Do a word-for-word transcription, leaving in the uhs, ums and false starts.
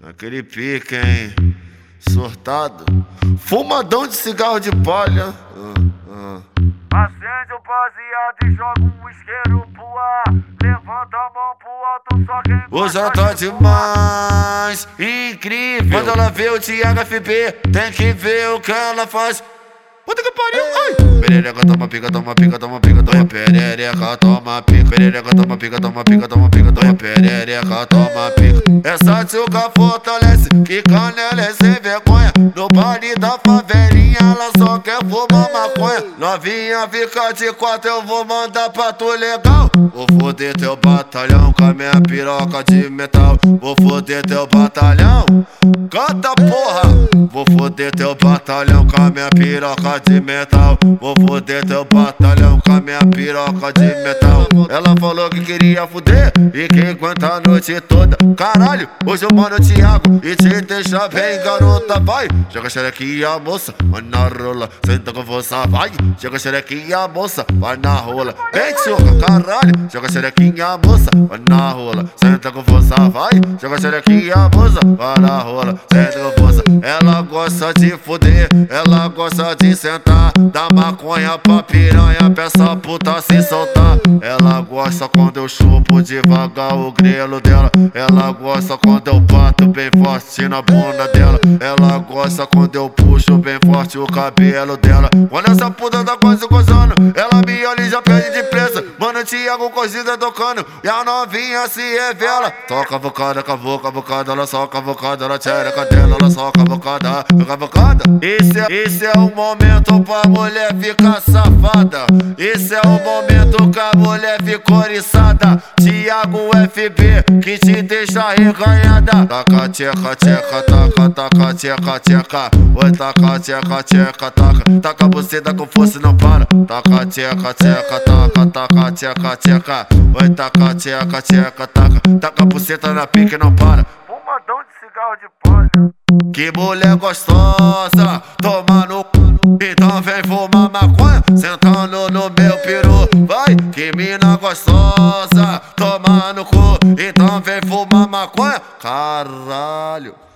Naquele pique, hein? Surtado. Fumadão de cigarro de palha. Uh, uh. Acende o baseado e joga um isqueiro pro ar. Levanta a mão pro alto, só quem Hoje ela tá demais, incrível. Quando ela vê o Thiago F B, tem que ver o que ela faz. Puta que pariu, ai! Perereca toma pica, toma pica, toma pica, toma perereca, toma pica. Perereca toma pica, toma pica, toma pica, toma perereca, toma pica. Essa tchuca fortalece, que canela é sem vergonha. No baile da favelinha ela só quer fumar maconha. Novinha fica de quatro, eu vou mandar pra tu legal. Vou foder teu batalhão com a minha piroca de metal. Vou foder teu batalhão, canta porra. Vou foder teu batalhão com a minha piroca de metal. Vou foder teu batalhão com a minha piroca de metal. Ela falou que queria fuder e que aguenta a noite toda. Caralho, hoje eu mando o Thiago e te deixa bem, garota, vai. Chega a xerequinha, moça, vai na rola. Senta com força, vai. Chega a xerequinha, moça, vai na rola. Vem, tchuca, caralho. Chega a xerequinha, moça, vai na rola. Senta com força, vai. Chega a xerequinha, moça, vai na rola. Senta com força. Ela gosta de fuder, ela gosta de sentar. Dá maconha pra piranha, pra essa puta se soltar. Ela gosta quando eu chupo devagar o grelo dela. Ela gosta quando eu bato bem forte na bunda dela. Ela gosta quando eu puxo bem forte o cabelo dela. Quando essa puta tá quase gozando, ela me olha e já pede de pressa. Mano, Thiago Cozida tocando e a novinha se revela. Toca bocada, cavocada, bocada, ela só cavocada, ela tchereca dela, ela só cavocada, cavocada. Esse é, esse é o momento pra mulher ficar safada. Esse é o momento que a mulher ficou oriçada. Thiago F B, que te deixa reganhada. Taca, tcheca, tcheca, taca, taca, tcheca, tcheca. Oi, taca, tcheca, tcheca, taca. Taca buceta com força e não para. Taca, tcheca, tcheca, taca, taca, tcheca, tcheca. Oi, taca, tcheca, tcheca, taca. Taca buceta na pique e não para. fumadão de cigarro de palha. Que mulher gostosa, toma no c... Então vem fumar maconha, sentando no meu peru. Vai, que mina gostosa, toma no cu. Então vem fumar maconha, caralho.